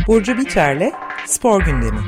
Burcu Biterle Spor Gündemi.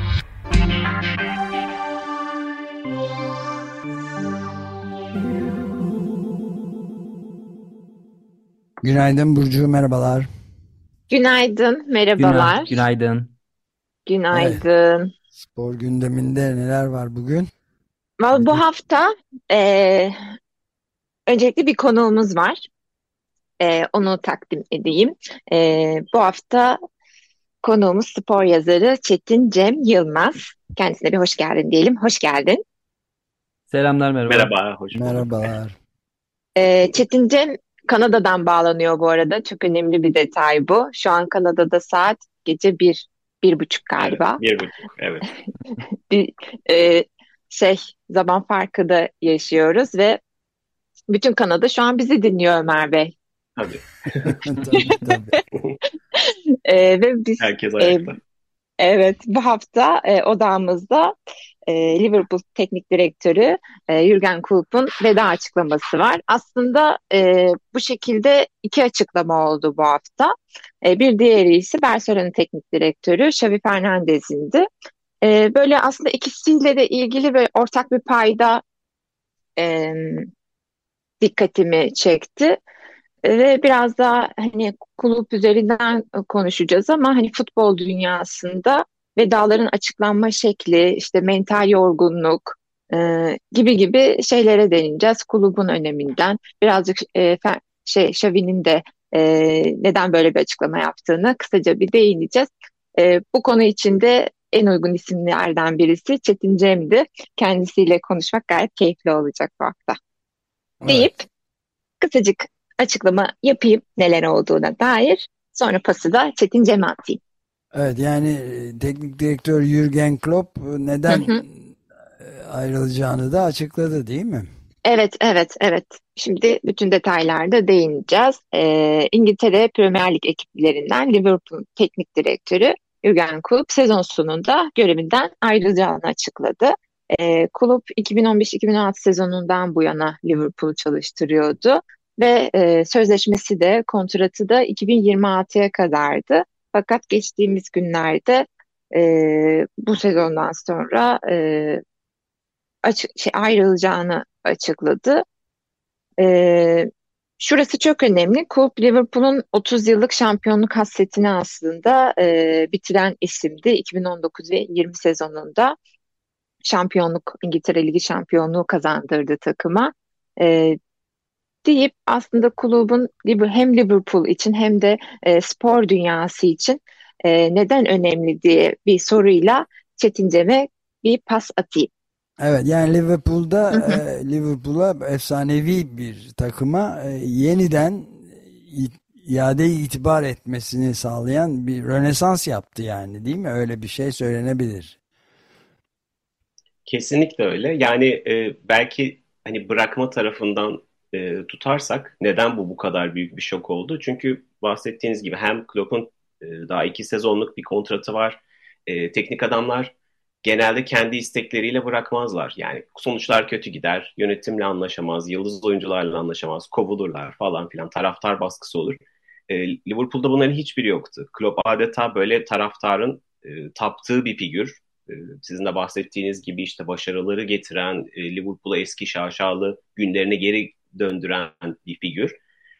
Günaydın Burcu, merhabalar. Günaydın, merhabalar. Günaydın. Evet, Günaydın. spor gündeminde neler var bugün? Vallahi bu Bize- hafta eee, öncelikle bir konuğumuz var. Onu takdim edeyim. Bu hafta konuğumuz spor yazarı Çetin Cem Yılmaz. Kendisine bir hoş geldin diyelim. Hoş geldin. Selamlar, merhaba. Merhaba, hoş bulduk. Merhabalar. Çetin Cem Kanada'dan bağlanıyor bu arada. Çok önemli bir detay bu. Şu an Kanada'da saat gece bir buçuk Evet, galiba. 1,5, evet. Bir e, şey zaman farkı da yaşıyoruz ve bütün Kanada şu an bizi dinliyor Ömer Bey. Tabii, Tabii tabii. Ve biz herkes e, ayakta. evet bu hafta odamızda Liverpool Teknik Direktörü Jürgen Klopp'un veda açıklaması var. Aslında bu şekilde iki açıklama oldu bu hafta. Bir diğeri ise Barcelona Teknik Direktörü Xavi Fernandez'indi. Böyle aslında ikisiyle de ilgili ve ortak bir payda e, dikkatimi çekti. Ve biraz daha hani kulüp üzerinden konuşacağız ama hani futbol dünyasında vedaların açıklanma şekli, işte mental yorgunluk gibi gibi şeylere değineceğiz. Kulübün öneminden birazcık Xavi'nin de neden böyle bir açıklama yaptığını kısaca bir değineceğiz. Bu konu için de en uygun isimlerden birisi Çetin Cem'di. Kendisiyle konuşmak gayet keyifli olacak bu hafta. Deyip Evet. kısacık açıklama yapayım neler olduğuna dair. Sonra pası da Çetin Cem'e atayım. Evet yani teknik direktör Jürgen Klopp Hı neden hı. ayrılacağını da açıkladı değil mi? Evet, evet, evet. Şimdi bütün detaylarda değineceğiz. İngiltere Premier Lig ekiplerinden Liverpool Teknik Direktörü Jürgen Klopp sezon sonunda görevinden ayrılacağını açıkladı. Klopp 2015-2016 sezonundan bu yana Liverpool'u çalıştırıyordu ve sözleşmesi de kontratı da 2026'ya kadardı. Fakat geçtiğimiz günlerde bu sezondan sonra ayrılacağını açıkladı. Ee, Şurası çok önemli. Kulüp Liverpool'un 30 yıllık şampiyonluk hasretini aslında bitiren isimdi. 2019 ve 20 sezonunda İngiltere Ligi şampiyonluğu kazandırdı takıma. Ee, Deyip aslında kulübün hem Liverpool için hem de spor dünyası için neden önemli diye bir soruyla Çetin Cem'e bir pas atayım. Evet yani Hı hı. Liverpool'a efsanevi bir takıma yeniden iade itibar etmesini sağlayan bir rönesans yaptı yani değil mi? Öyle bir şey söylenebilir. Kesinlikle öyle. Yani belki hani bırakma tarafından tutarsak neden bu kadar büyük bir şok oldu? Çünkü bahsettiğiniz gibi hem Klopp'un daha 2 sezonluk bir kontratı var. Teknik adamlar genelde kendi istekleriyle bırakmazlar. Yani sonuçlar kötü gider, yönetimle anlaşamaz, yıldız oyuncularla anlaşamaz, kovulurlar falan filan, taraftar baskısı olur. Liverpool'da bunların hiçbiri yoktu. Klopp adeta böyle taraftarın taptığı bir figür. Sizin de bahsettiğiniz gibi işte başarıları getiren, Liverpool'u eski şaşalı günlerine geri döndüren bir figür.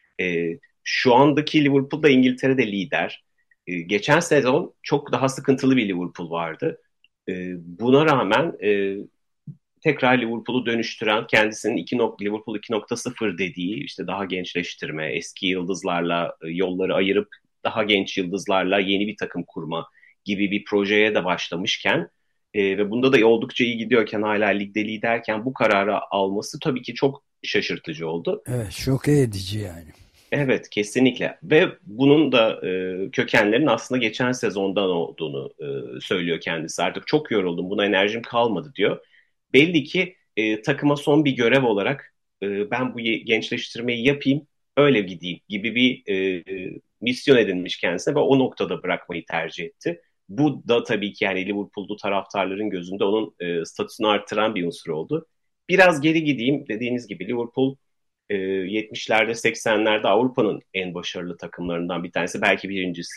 Şu andaki Liverpool da İngiltere'de lider. Geçen sezon çok daha sıkıntılı bir Liverpool vardı. Buna rağmen tekrar Liverpool'u dönüştüren, kendisinin Liverpool 2.0 dediği işte daha gençleştirme, eski yıldızlarla yolları ayırıp daha genç yıldızlarla yeni bir takım kurma gibi bir projeye de başlamışken ve bunda da oldukça iyi gidiyorken hala ligde liderken bu kararı alması tabii ki çok şaşırtıcı oldu. Evet, şok edici yani. Evet, kesinlikle ve bunun da kökenlerin aslında geçen sezondan olduğunu söylüyor kendisi. Artık çok yoruldum, buna enerjim kalmadı diyor. Belli ki takıma son bir görev olarak ben bu gençleştirmeyi yapayım, öyle gideyim gibi bir misyon edinmiş kendisine ve o noktada bırakmayı tercih etti. Bu da tabii ki yani Liverpool'lu taraftarların gözünde onun statüsünü artıran bir unsur oldu. Biraz geri gideyim dediğiniz gibi Liverpool 70'lerde 80'lerde Avrupa'nın en başarılı takımlarından bir tanesi belki birincisi.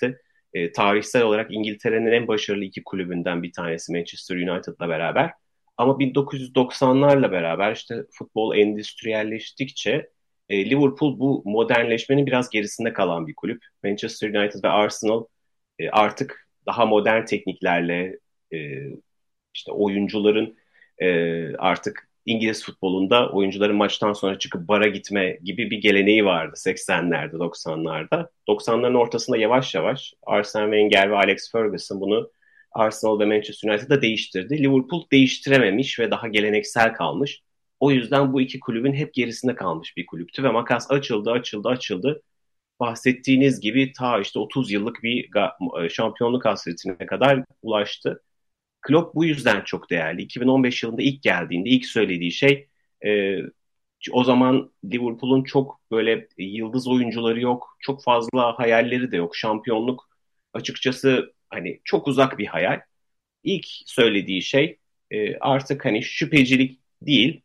Tarihsel olarak İngiltere'nin en başarılı iki kulübünden bir tanesi Manchester United'la beraber. Ama 1990'larla beraber işte futbol endüstriyelleştikçe Liverpool bu modernleşmenin biraz gerisinde kalan bir kulüp. Manchester United ve Arsenal artık daha modern tekniklerle e, işte oyuncuların artık İngiliz futbolunda oyuncuların maçtan sonra çıkıp bara gitme gibi bir geleneği vardı 80'lerde, 90'larda. 90'ların ortasında yavaş yavaş Arsene Wenger ve Alex Ferguson bunu Arsenal ve Manchester United'da değiştirdi. Liverpool değiştirememiş ve daha geleneksel kalmış. O yüzden bu iki kulübün hep gerisinde kalmış bir kulüptü ve makas açıldı, açıldı, açıldı. Bahsettiğiniz gibi ta işte 30 yıllık bir şampiyonluk hasretine kadar ulaştı. Klopp bu yüzden çok değerli. 2015 yılında ilk geldiğinde ilk söylediği şey o zaman Liverpool'un çok böyle yıldız oyuncuları yok. Çok fazla hayalleri de yok. Şampiyonluk açıkçası hani çok uzak bir hayal. İlk söylediği şey artık hani şüphecilik değil,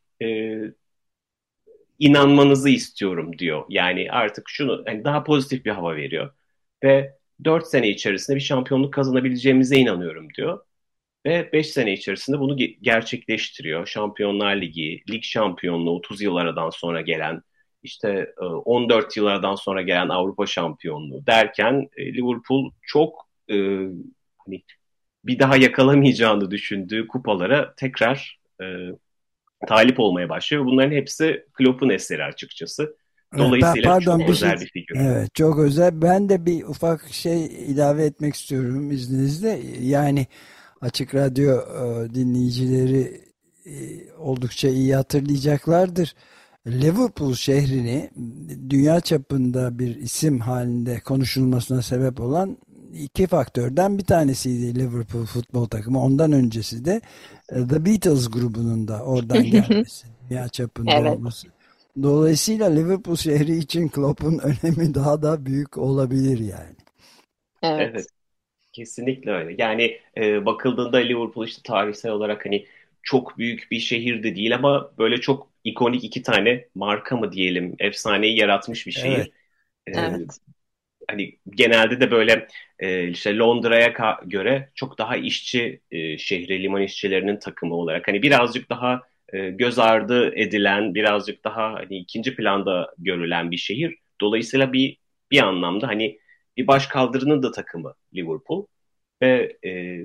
inanmanızı istiyorum diyor. Yani artık şunu hani daha pozitif bir hava veriyor. Ve 4 sene içerisinde bir şampiyonluk kazanabileceğimize inanıyorum diyor. Ve 5 sene içerisinde bunu gerçekleştiriyor. Şampiyonlar Ligi, lig şampiyonluğu 30 yıl aradan sonra gelen, işte 14 yıl aradan sonra gelen Avrupa şampiyonluğu derken Liverpool çok hani bir daha yakalamayacağını düşündüğü kupalara tekrar talip olmaya başlıyor. Bunların hepsi Klopp'un eseri açıkçası. Dolayısıyla Pardon, çok özel bir figür. evet, çok özel. Ben de bir ufak şey ilave etmek istiyorum izninizle. Yani Açık Radyo dinleyicileri oldukça iyi hatırlayacaklardır. Liverpool şehrini dünya çapında bir isim halinde konuşulmasına sebep olan iki faktörden bir tanesiydi Liverpool futbol takımı. Ondan öncesi de The Beatles grubunun da oradan gelmesi, dünya çapında Evet. olması. Dolayısıyla Liverpool şehri için Klopp'un önemi daha da büyük olabilir yani. Evet. Evet. Kesinlikle öyle. Yani bakıldığında Liverpool işte tarihsel olarak hani çok büyük bir şehir de değil ama böyle çok ikonik iki tane marka mı diyelim, efsaneyi yaratmış bir Evet. şehir. E, Evet. Hani genelde de böyle işte Londra'ya göre çok daha işçi şehri, liman işçilerinin takımı olarak hani birazcık daha göz ardı edilen, birazcık daha hani ikinci planda görülen bir şehir. Dolayısıyla bir anlamda hani bir başkaldırının da takımı Liverpool ve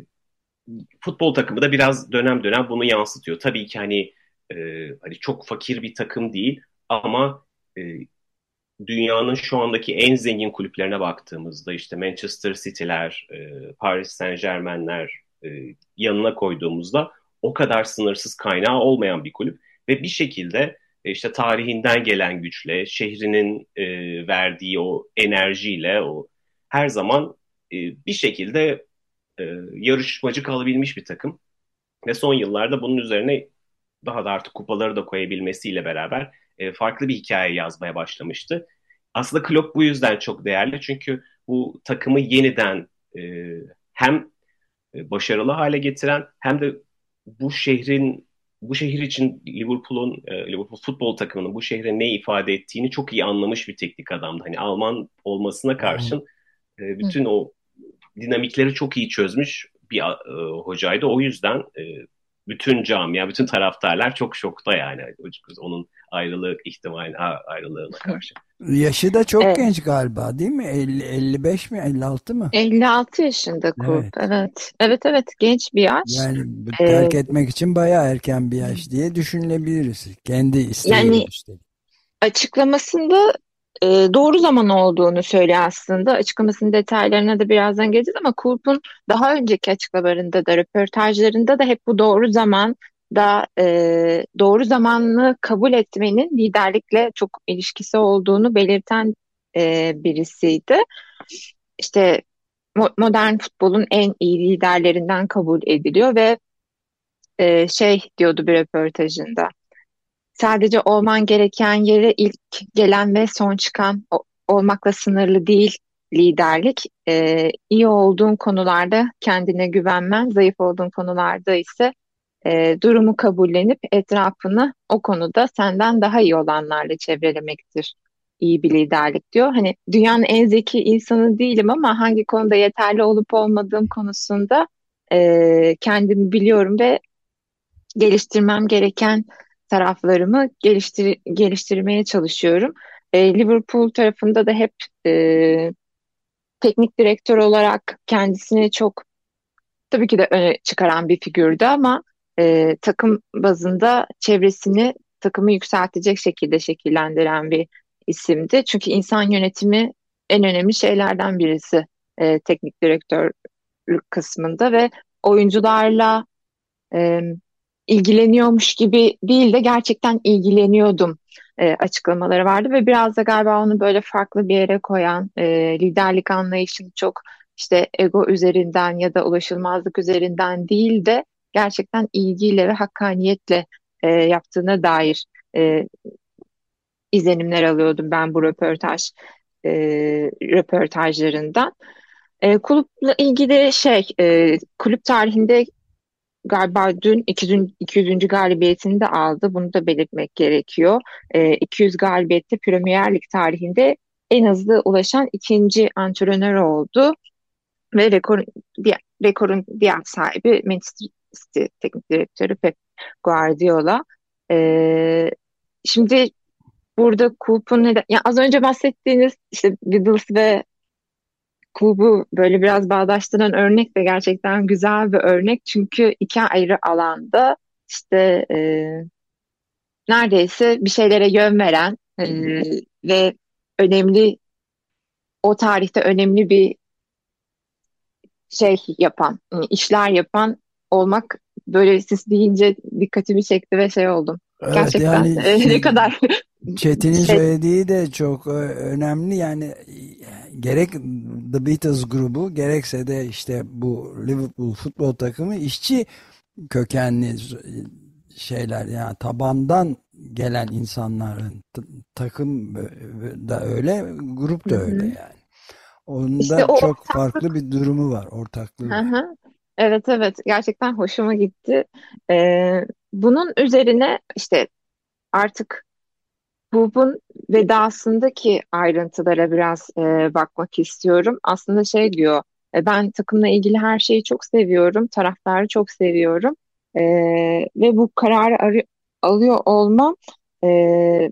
futbol takımı da biraz dönem dönem bunu yansıtıyor. Tabii ki e, hani çok fakir bir takım değil ama e, dünyanın şu andaki en zengin kulüplerine baktığımızda işte Manchester City'ler, Paris Saint-Germain'ler yanına koyduğumuzda o kadar sınırsız kaynağı olmayan bir kulüp ve bir şekilde işte tarihinden gelen güçle, şehrinin verdiği o enerjiyle o her zaman bir şekilde yarışmacı kalabilmiş bir takım ve son yıllarda bunun üzerine daha da artık kupaları da koyabilmesiyle beraber farklı bir hikaye yazmaya başlamıştı. Aslında Klopp bu yüzden çok değerli çünkü bu takımı yeniden hem başarılı hale getiren hem de bu şehrin bu şehir için Liverpool futbol takımının bu şehre ne ifade ettiğini çok iyi anlamış bir teknik adamdı. Hani Alman olmasına karşın bütün o dinamikleri çok iyi çözmüş bir hocaydı. O yüzden bütün camia, bütün taraftarlar çok şokta yani onun ayrılığına karşı. Yaşı da çok Evet. genç galiba, değil mi? 50, 55 mi, 56 mı? 56 yaşında Kup. Evet. Evet. Evet, evet, genç bir yaş. Yani Ee, terk etmek için bayağı erken bir yaş diye düşünülebiliriz. Kendi isteğiyle Yani üstelik. açıklamasında doğru zaman olduğunu söylüyor aslında. Açıklamasının detaylarına da birazdan geleceğiz ama Kulp'un daha önceki açıklamalarında da röportajlarında da hep bu doğru zaman da doğru zamanlı kabul etmenin liderlikle çok ilişkisi olduğunu belirten birisiydi. İşte modern futbolun en iyi liderlerinden kabul ediliyor ve şey diyordu bir röportajında. Sadece olman gereken yere ilk gelen ve son çıkan olmakla sınırlı değil liderlik. İyi olduğun konularda kendine güvenmen, zayıf olduğun konularda ise durumu kabullenip etrafını o konuda senden daha iyi olanlarla çevrelemektir iyi bir liderlik diyor. Hani dünyanın en zeki insanı değilim ama hangi konuda yeterli olup olmadığım konusunda kendimi biliyorum ve geliştirmem gereken taraflarımı geliştirmeye çalışıyorum. Liverpool tarafında da hep e, teknik direktör olarak kendisini çok tabii ki de öne çıkaran bir figürdü ama takım bazında çevresini takımı yükseltecek şekilde şekillendiren bir isimdi. Çünkü insan yönetimi en önemli şeylerden birisi teknik direktörlük kısmında ve oyuncularla e, ilgileniyormuş gibi değil de gerçekten ilgileniyordum açıklamaları vardı ve biraz da galiba onu böyle farklı bir yere koyan liderlik anlayışını çok işte ego üzerinden ya da ulaşılmazlık üzerinden değil de gerçekten ilgiyle ve hakkaniyetle yaptığına dair e, izlenimler alıyordum ben bu e, röportajlarından. Kulüple ilgili kulüp tarihinde galiba dün 200. galibiyetini de aldı. Bunu da belirtmek gerekiyor. 200 galibiyette Premier Lig tarihinde en hızlı ulaşan ikinci antrenör oldu. Ve rekorun diğer sahibi Manchester City teknik direktörü Pep Guardiola. Ee, Şimdi burada kulübün ya az önce bahsettiğiniz işte Beatles ve kulübü böyle biraz bağdaştıran örnek de gerçekten güzel bir örnek. Çünkü iki ayrı alanda işte neredeyse bir şeylere yön veren ve önemli o tarihte önemli bir işler yapan olmak böyle siz deyince dikkatimi çekti ve şey oldum. Evet, Gerçekten yani ne kadar Çetin'in şey. söylediği de çok önemli. Yani gerek The Beatles grubu gerekse de işte bu Liverpool futbol takımı işçi kökenli şeyler, yani tabandan gelen insanların takım da öyle, grup Hı da öyle hı. yani. İşte Onda o çok farklı bir durumu var, ortaklığı hı var. hı. Evet, evet, gerçekten hoşuma gitti. Bunun üzerine işte artık Boob'un vedasındaki ayrıntılara biraz bakmak istiyorum. Aslında şey diyor, ben takımla ilgili her şeyi çok seviyorum, taraftarı çok seviyorum. E, Ve bu kararı alıyor olmam e,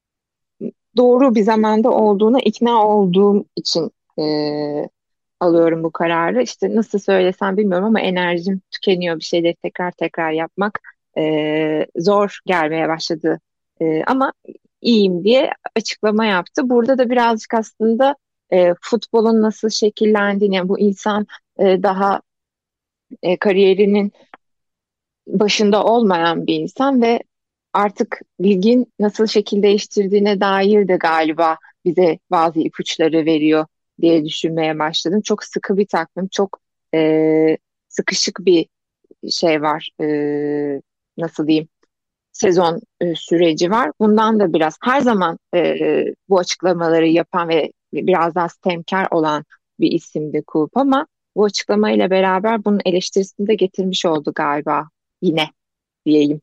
doğru bir zamanda olduğuna ikna olduğum için alıyorum bu kararı. İşte nasıl söylesem bilmiyorum ama enerjim tükeniyor, bir şeyleri tekrar tekrar yapmak zor gelmeye başladı. Ama iyiyim diye açıklama yaptı. Burada da birazcık aslında futbolun nasıl şekillendiğini, yani bu insan daha kariyerinin başında olmayan bir insan ve artık ligin nasıl şekil değiştirdiğine dair de galiba bize bazı ipuçları veriyor diye düşünmeye başladım. Çok sıkı bir takvim, çok sıkışık bir şey var. Nasıl diyeyim? Sezon süreci var. Bundan da biraz her zaman bu açıklamaları yapan ve biraz daha sistemkar olan bir isimdi kulüp ama bu açıklamayla beraber bunun eleştirisini de getirmiş oldu galiba yine diyeyim.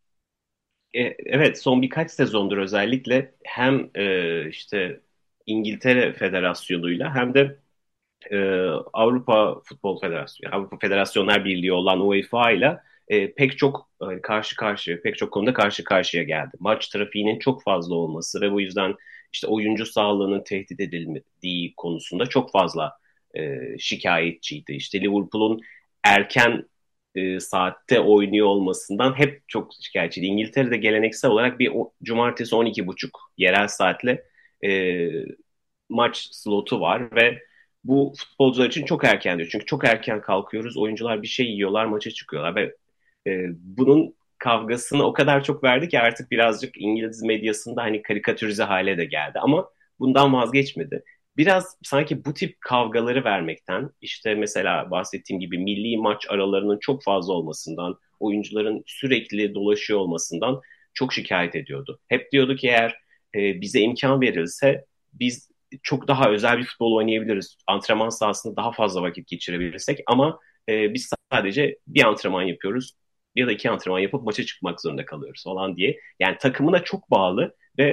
Evet, son birkaç sezondur özellikle hem işte İngiltere Federasyonu'yla hem de e, Avrupa Futbol Federasyonu, Avrupa Federasyonlar Birliği olan UEFA ile pek çok karşı karşıya, pek çok konuda karşı karşıya geldi. Maç trafiğinin çok fazla olması ve bu yüzden işte oyuncu sağlığının tehdit edildiği konusunda çok fazla şikayetçiydi. İşte Liverpool'un erken saatte oynuyor olmasından hep çok şikayetçiydi. İngiltere'de geleneksel olarak bir cumartesi 12.30 yerel saatle e, maç slotu var ve bu futbolcular için çok erken diyor. Çünkü çok erken kalkıyoruz. Oyuncular bir şey yiyorlar, maça çıkıyorlar ve bunun kavgasını o kadar çok verdi ki artık birazcık İngiliz medyasında hani karikatürize hale de geldi. Ama bundan vazgeçmedi. Biraz sanki bu tip kavgaları vermekten, işte mesela bahsettiğim gibi milli maç aralarının çok fazla olmasından, oyuncuların sürekli dolaşıyor olmasından çok şikayet ediyordu. Hep diyordu ki eğer bize imkan verilse biz çok daha özel bir futbol oynayabiliriz. Antrenman sahasında daha fazla vakit geçirebilirsek ama biz sadece bir antrenman yapıyoruz ya da iki antrenman yapıp maça çıkmak zorunda kalıyoruz falan diye. Yani takımına çok bağlı ve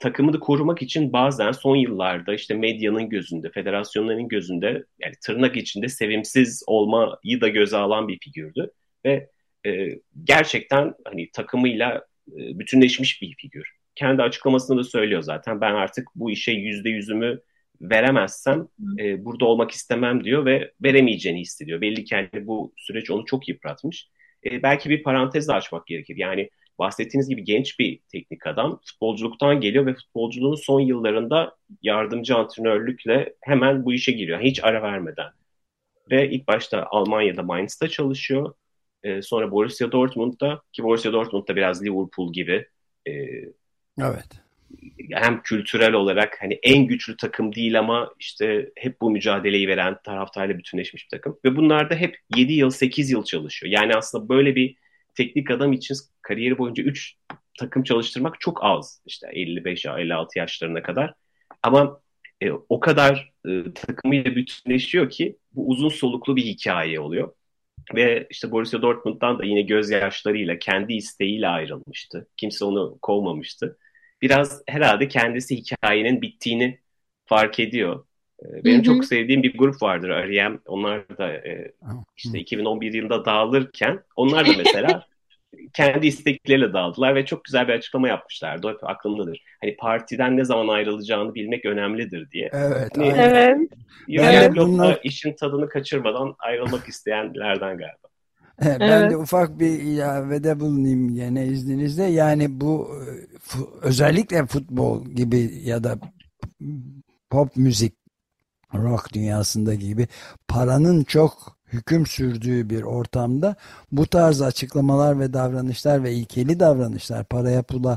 takımını korumak için bazen son yıllarda işte medyanın gözünde, federasyonların gözünde yani tırnak içinde sevimsiz olmayı da göze alan bir figürdü. Ve gerçekten hani takımıyla bütünleşmiş bir figür. Kendi açıklamasında da söylüyor zaten. Ben artık bu işe %100'ümü veremezsem burada olmak istemem diyor ve veremeyeceğini hissediyor. Belli ki yani bu süreç onu çok yıpratmış. Belki bir parantez de açmak gerekir. Yani bahsettiğiniz gibi genç bir teknik adam. Futbolculuktan geliyor ve futbolculuğun son yıllarında yardımcı antrenörlükle hemen bu işe giriyor. Hiç ara vermeden. Ve ilk başta Almanya'da Mainz'ta çalışıyor. Sonra Borussia Dortmund'da, ki Borussia Dortmund'da biraz Liverpool gibi evet. Hem kültürel olarak hani en güçlü takım değil ama işte hep bu mücadeleyi veren, taraftarıyla bütünleşmiş bir takım. Ve bunlar da hep 7 yıl 8 yıl çalışıyor. Yani aslında böyle bir teknik adam için kariyeri boyunca 3 takım çalıştırmak çok az. İşte 55-56 yaşlarına kadar. Ama o kadar takımıyla bütünleşiyor ki bu uzun soluklu bir hikaye oluyor. Ve işte Borussia Dortmund'dan da yine gözyaşlarıyla, kendi isteğiyle ayrılmıştı. Kimse onu kovmamıştı. Biraz herhalde kendisi hikayenin bittiğini fark ediyor. Benim çok sevdiğim bir grup vardır, R.E.M. Onlar da işte 2011 yılında dağılırken onlar da mesela kendi istekleriyle dağıldılar ve çok güzel bir açıklama yapmışlardı. O hep aklımdadır. Hani partiden ne zaman ayrılacağını bilmek önemlidir diye. Evet. Hani, evet. Jürgen Klopp da işin tadını kaçırmadan ayrılmak isteyenlerden galiba. Ben de ufak bir ilavede bulunayım yine izninizle. Yani bu özellikle futbol gibi ya da pop müzik, rock dünyasında gibi paranın çok hüküm sürdüğü bir ortamda bu tarz açıklamalar ve davranışlar ve ilkeli davranışlar, paraya pula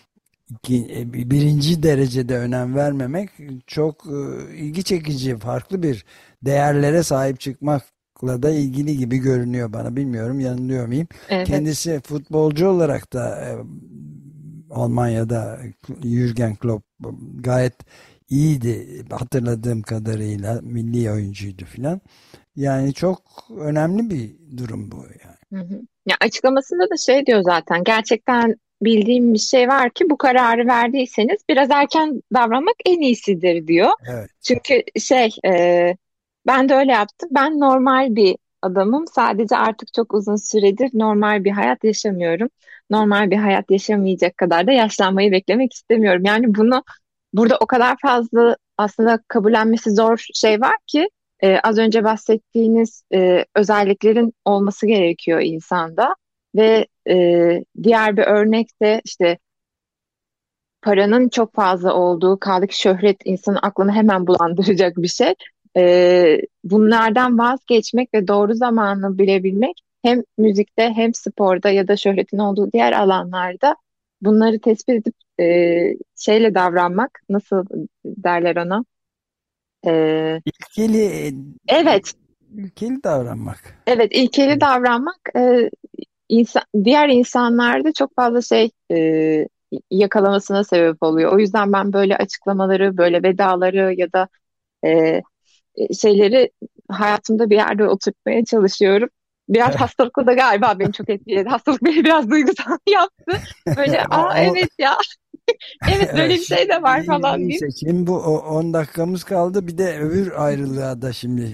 birinci derecede önem vermemek çok ilgi çekici, farklı bir değerlere sahip çıkmakla da ilgili gibi görünüyor bana. Bilmiyorum, yanılıyor muyum? Evet. Kendisi futbolcu olarak da Almanya'da Jürgen Klopp gayet iyiydi hatırladığım kadarıyla, milli oyuncuydu filan. Yani çok önemli bir durum bu yani. Ya açıklamasında da şey diyor zaten, gerçekten bildiğim bir şey var ki bu kararı verdiyseniz biraz erken davranmak en iyisidir diyor. Evet. Çünkü ben de öyle yaptım. Ben normal bir adamım. Sadece artık çok uzun süredir normal bir hayat yaşamıyorum. Normal bir hayat yaşamayacak kadar da yaşlanmayı beklemek istemiyorum. Yani bunu burada o kadar fazla aslında kabullenmesi zor şey var ki az önce bahsettiğiniz özelliklerin olması gerekiyor insanda ve diğer bir örnek de işte paranın çok fazla olduğu, kaldı ki şöhret insanın aklını hemen bulandıracak bir şey. Bunlardan vazgeçmek ve doğru zamanı bilebilmek hem müzikte hem sporda ya da şöhretin olduğu diğer alanlarda bunları tespit edip şeyle davranmak, nasıl derler ona? İlkeli, Evet, ilkeli davranmak. evet, ilkeli davranmak diğer insanlarda çok fazla şey yakalamasına sebep oluyor. O yüzden ben böyle açıklamaları, böyle vedaları ya da e, şeyleri hayatımda bir yerde oturtmaya çalışıyorum. Biraz hastalıkla da galiba beni çok etkiledi. Hastalık beni biraz duygusal yaptı. Böyle evet ya. Evet, böyle bir şey de var falan İyi deyip. seçim bu. 10 dakikamız kaldı. Bir de öbür ayrılığa da şimdi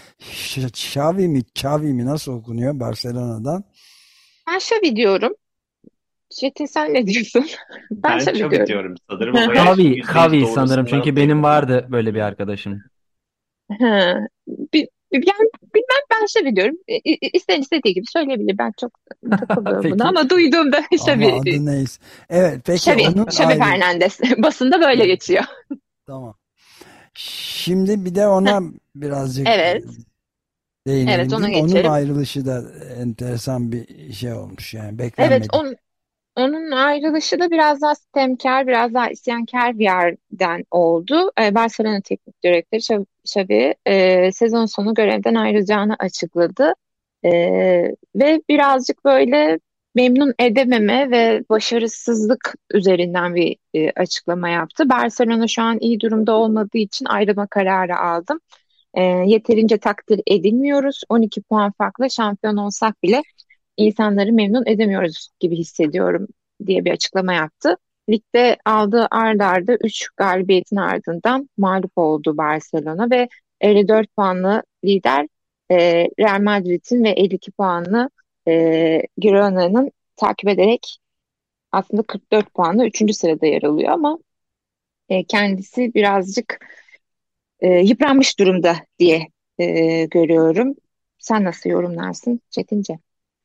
Xavi mi nasıl okunuyor Barcelona'dan? Ben Xavi diyorum. Çetin, sen ne diyorsun? Ben Ben Xavi Xavi diyorum. diyorum sanırım ama yani Xavi, %100 Xavi sanırım doğrusundan çünkü pek benim emin vardı böyle bir arkadaşım. Ha, yani bilmem, ben Xavi diyorum. İsteyen istediği gibi söyleyebilir. Ben çok takılmıyorum buna Peki. ama duyduğumda Ama Xavi, adı neyse. Evet, peki onun Xavi Fernandez. Basında böyle geçiyor. Tamam. Şimdi bir de ona birazcık Evet. değinelim, Evet, ona değil mi? Onun geçelim. ayrılışı da enteresan bir şey olmuş yani, Evet, beklenmedik. onun ayrılışı da biraz daha sitemkar, biraz daha isyankar bir yerden oldu. Barcelona Teknik Direktörü Xavi sezon sonu görevden ayrılacağını açıkladı. E, Ve birazcık böyle memnun edememe ve başarısızlık üzerinden bir açıklama yaptı. Barcelona şu an iyi durumda olmadığı için ayrılma kararı aldım. Yeterince takdir edilmiyoruz. 12 puan farklı şampiyon olsak bile insanları memnun edemiyoruz gibi hissediyorum diye bir açıklama yaptı. Ligde aldığı ard arda 3 galibiyetin ardından mağlup oldu Barcelona ve 54 puanlı lider Real Madrid'in ve 52 puanlı Girona'nın takip ederek aslında 44 puanla 3. sırada yer alıyor ama kendisi birazcık yıpranmış durumda diye görüyorum. Sen nasıl yorumlarsın Çetince?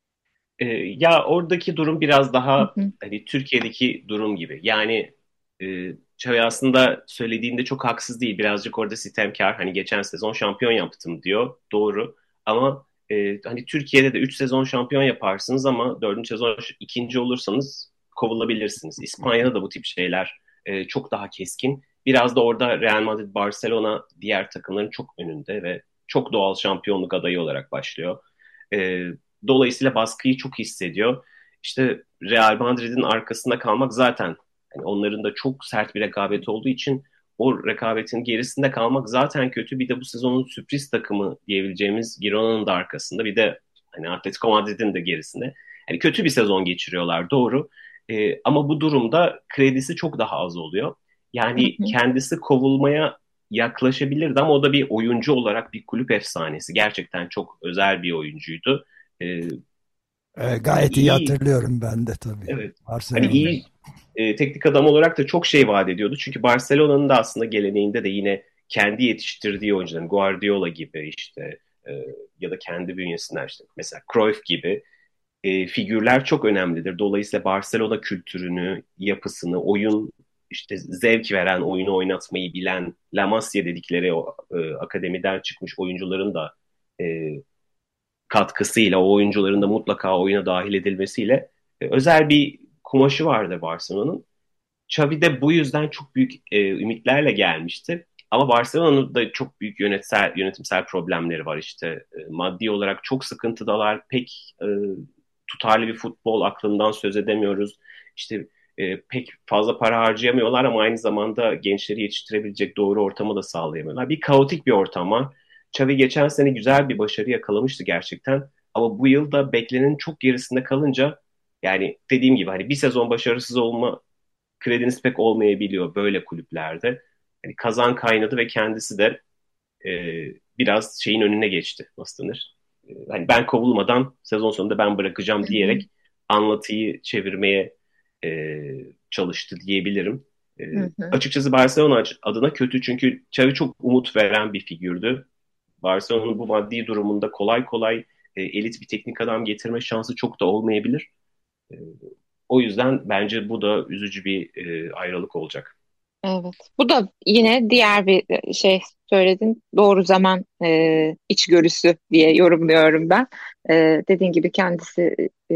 Ya oradaki durum biraz Hı daha hı, hani Türkiye'deki durum gibi. Yani Xavi aslında söylediğinde çok haksız değil. Birazcık orada sitemkar. Hani geçen sezon şampiyon yaptım diyor. Doğru. Ama hani Türkiye'de de 3 sezon şampiyon yaparsınız ama 4. sezon ikinci olursanız kovulabilirsiniz. İspanya'da da bu tip şeyler çok daha keskin. Biraz da orada Real Madrid, Barcelona diğer takımların çok önünde ve çok doğal şampiyonluk adayı olarak başlıyor. E, Dolayısıyla baskıyı çok hissediyor. İşte Real Madrid'in arkasında kalmak zaten yani onların da çok sert bir rekabet olduğu için o rekabetin gerisinde kalmak zaten kötü. Bir de bu sezonun sürpriz takımı diyebileceğimiz Girona'nın da arkasında bir de hani Atletico Madrid'in de gerisinde. Yani kötü bir sezon geçiriyorlar doğru. Ama bu durumda kredisi çok daha az oluyor. hı Yani hı. kendisi kovulmaya yaklaşabilirdi ama o da bir oyuncu olarak bir kulüp efsanesi. Gerçekten çok özel bir oyuncuydu. Ee, Hani Gayet iyi iyi, hatırlıyorum ben de tabii. evet. Hani Barcelona'yı. iyi teknik adam olarak da çok şey vaat ediyordu. Çünkü Barcelona'nın da aslında geleneğinde de yine kendi yetiştirdiği oyuncuların Guardiola gibi işte e, ya da kendi bünyesinden işte mesela Cruyff gibi figürler çok önemlidir. Dolayısıyla Barcelona kültürünü, yapısını, oyun işte zevk veren, oyunu oynatmayı bilen La Masia dedikleri o akademiden çıkmış oyuncuların da e, katkısıyla, o oyuncuların da mutlaka oyuna dahil edilmesiyle özel bir kumaşı vardı Barcelona'nın. Xavi de bu yüzden çok büyük ümitlerle gelmişti. Ama Barcelona'nın da çok büyük yönetimsel problemleri var işte. Maddi olarak çok sıkıntıdalar. Pek tutarlı bir futbol aklından söz edemiyoruz. İşte pek fazla para harcayamıyorlar ama aynı zamanda gençleri yetiştirebilecek doğru ortamı da sağlayamıyorlar. Bir kaotik bir ortam var. Xavi geçen sene güzel bir başarı yakalamıştı gerçekten. Ama bu yıl da beklenenin çok gerisinde kalınca yani dediğim gibi hani bir sezon başarısız olma krediniz pek olmayabiliyor böyle kulüplerde. Yani kazan kaynadı ve kendisi de e, biraz şeyin önüne geçti. Nasıl denir? Hani ben kovulmadan sezon sonunda ben bırakacağım Hı hı, diyerek anlatıyı çevirmeye çalıştı diyebilirim. E, hı hı. Açıkçası Barcelona adına kötü çünkü Xavi çok umut veren bir figürdü. Barcelona'nın bu maddi durumunda kolay kolay elit bir teknik adam getirme şansı çok da olmayabilir. E, O yüzden bence bu da üzücü bir ayrılık olacak. Evet. Bu da yine diğer bir şey söyledin. Doğru zaman içgörüsü diye yorumluyorum ben. Dediğin gibi kendisi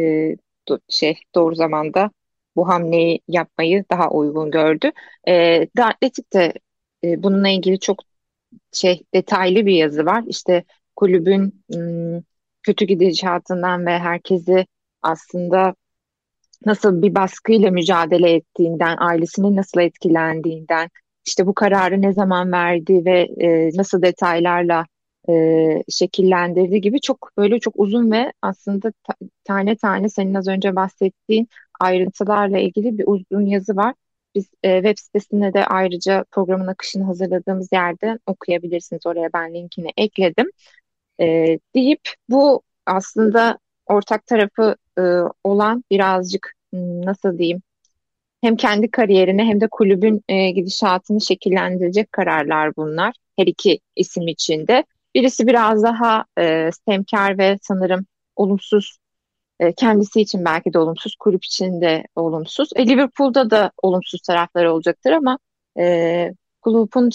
doğru zamanda bu hamleyi yapmayı daha uygun gördü. The Athletic de bununla ilgili çok detaylı bir yazı var. İşte kulübün kötü gidişatından ve herkesi aslında nasıl bir baskıyla mücadele ettiğinden, ailesinin nasıl etkilendiğinden, işte bu kararı ne zaman verdi ve nasıl detaylarla şekillendirdiği gibi çok böyle çok uzun ve aslında tane tane senin az önce bahsettiğin ayrıntılarla ilgili bir uzun yazı var. Biz web sitesinde de ayrıca programın akışını hazırladığımız yerde okuyabilirsiniz. Oraya ben linkini ekledim. Deyip bu aslında ortak tarafı olan birazcık nasıl diyeyim hem kendi kariyerini hem de kulübün gidişatını şekillendirecek kararlar bunlar. Her iki isim için de. Birisi biraz daha istemkar ve sanırım olumsuz kendisi için belki de olumsuz, kulüp için de olumsuz. Liverpool'da da olumsuz tarafları olacaktır ama kulübün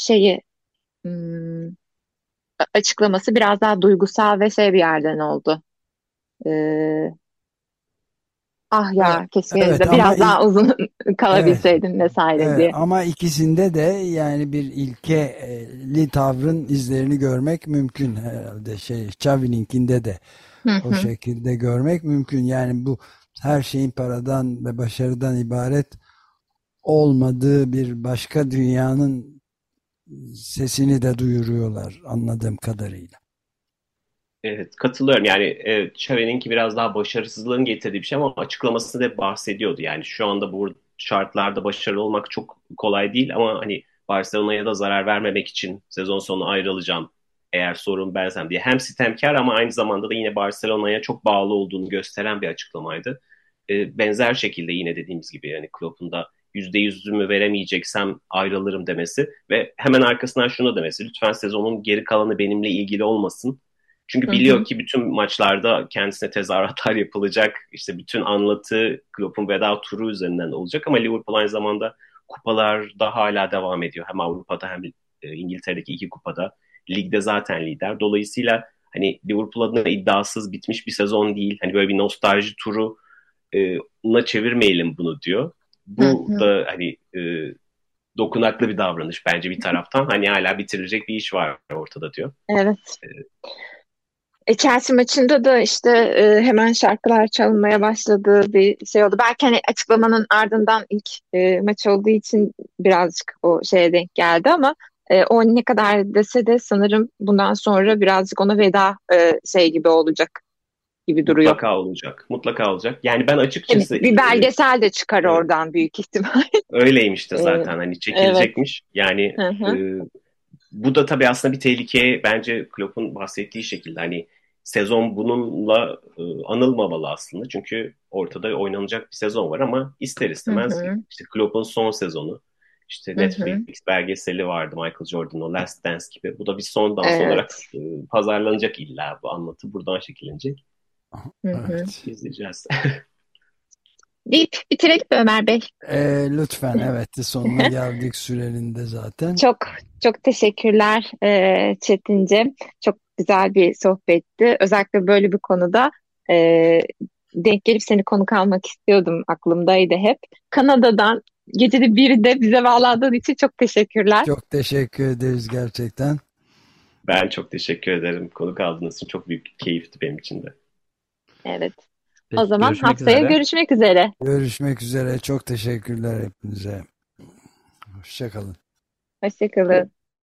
hmm, açıklaması biraz daha duygusal ve bir yerden oldu. Ee, ah Evet, ya keşke evet de ama biraz daha uzun evet, kalabilseydim vesaire evet diye. ama ikisinde de yani bir ilkeli tavrın izlerini görmek mümkün herhalde Xavi'ninkinde de Hı o hı. şekilde görmek mümkün. Yani bu her şeyin paradan ve başarıdan ibaret olmadığı bir başka dünyanın sesini de duyuruyorlar anladığım kadarıyla. Evet, katılıyorum. Yani Xavi'ninki biraz daha başarısızlığın getirdiği bir şey ama açıklamasında hep bahsediyordu. Yani şu anda şartlarda başarılı olmak çok kolay değil ama hani Barcelona'ya da zarar vermemek için sezon sonu ayrılacağım eğer sorun bensem diye. Hem sitemkar ama aynı zamanda da yine Barcelona'ya çok bağlı olduğunu gösteren bir açıklamaydı. Benzer şekilde yine dediğimiz gibi yani Klopp'un da %100'ümü veremeyeceksem ayrılırım demesi ve hemen arkasından şunu demesi: lütfen sezonun geri kalanı benimle ilgili olmasın. Çünkü biliyor ki bütün maçlarda kendisine tezahüratlar yapılacak. İşte bütün anlatı Klopp'un veda turu üzerinden olacak ama Liverpool aynı zamanda kupalarda hala devam ediyor. Hem Avrupa'da hem İngiltere'deki 2 kupada. Ligde zaten lider. Dolayısıyla hani Liverpool adına iddiasız bitmiş bir sezon değil. Hani böyle bir nostalji turu na çevirmeyelim bunu diyor. Bu da hani dokunaklı bir davranış bence bir taraftan. Hani hala bitirilecek bir iş var ortada diyor. Evet. Chelsea maçında da işte hemen şarkılar çalınmaya başladığı bir şey oldu. Belki hani açıklamanın ardından ilk maç olduğu için birazcık o şeye denk geldi ama o ne kadar dese de sanırım bundan sonra birazcık ona veda şey gibi olacak gibi duruyor. Mutlaka olacak. Mutlaka olacak. Yani ben açıkçası... Bir belgesel de çıkar oradan büyük ihtimal. Öyleymiş de zaten hani çekilecekmiş. Evet. Yani bu da tabii aslında bir tehlike bence Klopp'un bahsettiği şekilde hani sezon bununla anılmamalı aslında. Çünkü ortada oynanacak bir sezon var ama ister istemez işte Klopp'un son sezonu. İşte Netflix belgeseli vardı Michael Jordan'ın Last Dance gibi. Bu da bir son dans olarak pazarlanacak illa bu anlatı buradan şekillenecek. Evet. İzleyeceğiz. Deyip bitirelim Ömer Bey. Lütfen evet sonuna geldik sürenin de zaten. Çok çok teşekkürler Çetin'cim. Çok güzel bir sohbetti. Özellikle böyle bir konuda denk gelip seni konuk almak istiyordum. Aklımdaydı hep. Kanada'dan gecede 1'de bize bağlandığın için çok teşekkürler. Çok teşekkür ederiz gerçekten. Ben çok teşekkür ederim. Konuk aldığınız için çok büyük bir keyifti benim için de. Evet. Peki, o zaman haftaya görüşmek üzere. Görüşmek üzere. Çok teşekkürler hepinize. Hoşça kalın. Hoşça kalın.